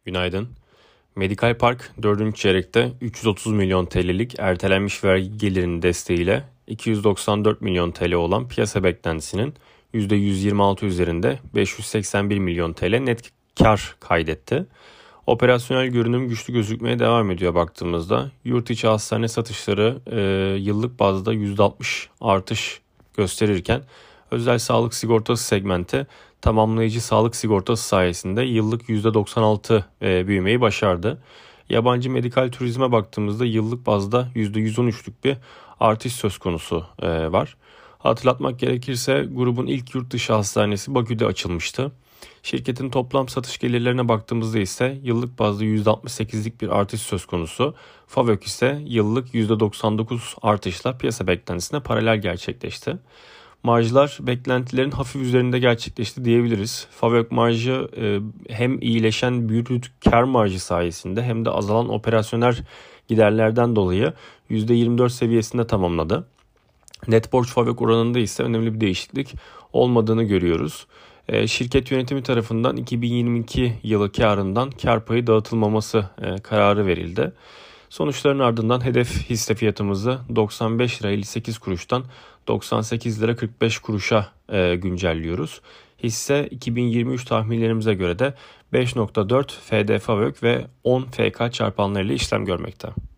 Günaydın. Medikal Park 4. çeyrekte 330 milyon TL'lik ertelenmiş vergi gelirinin desteğiyle 294 milyon TL olan piyasa beklentisinin %126 üzerinde 581 milyon TL net kar kaydetti. Operasyonel görünüm güçlü gözükmeye devam ediyor baktığımızda. Yurt içi hastane satışları yıllık bazda %60 artış gösterirken özel sağlık sigortası segmenti tamamlayıcı sağlık sigortası sayesinde yıllık %96 büyümeyi başardı. Yabancı medikal turizme baktığımızda yıllık bazda %113'lük bir artış söz konusu var. Hatırlatmak gerekirse grubun ilk yurt dışı hastanesi Bakü'de açılmıştı. Şirketin toplam satış gelirlerine baktığımızda ise yıllık bazda %68'lik bir artış söz konusu. Favök ise yıllık %99 artışla piyasa beklentisine paralel gerçekleşti. Marjlar beklentilerin hafif üzerinde gerçekleşti diyebiliriz. Favök marjı hem iyileşen brüt kar marjı sayesinde hem de azalan operasyonel giderlerden dolayı %24 seviyesinde tamamladı. Net borç Favök oranında ise önemli bir değişiklik olmadığını görüyoruz. Şirket yönetimi tarafından 2022 yılı karından kar payı dağıtılmaması kararı verildi. Sonuçların ardından hedef hisse fiyatımızı 95 lira 58 kuruştan 98 lira 45 kuruşa güncelliyoruz. Hisse 2023 tahminlerimize göre de 5.4 FD Favök ve 10 FK çarpanlarıyla işlem görmekte.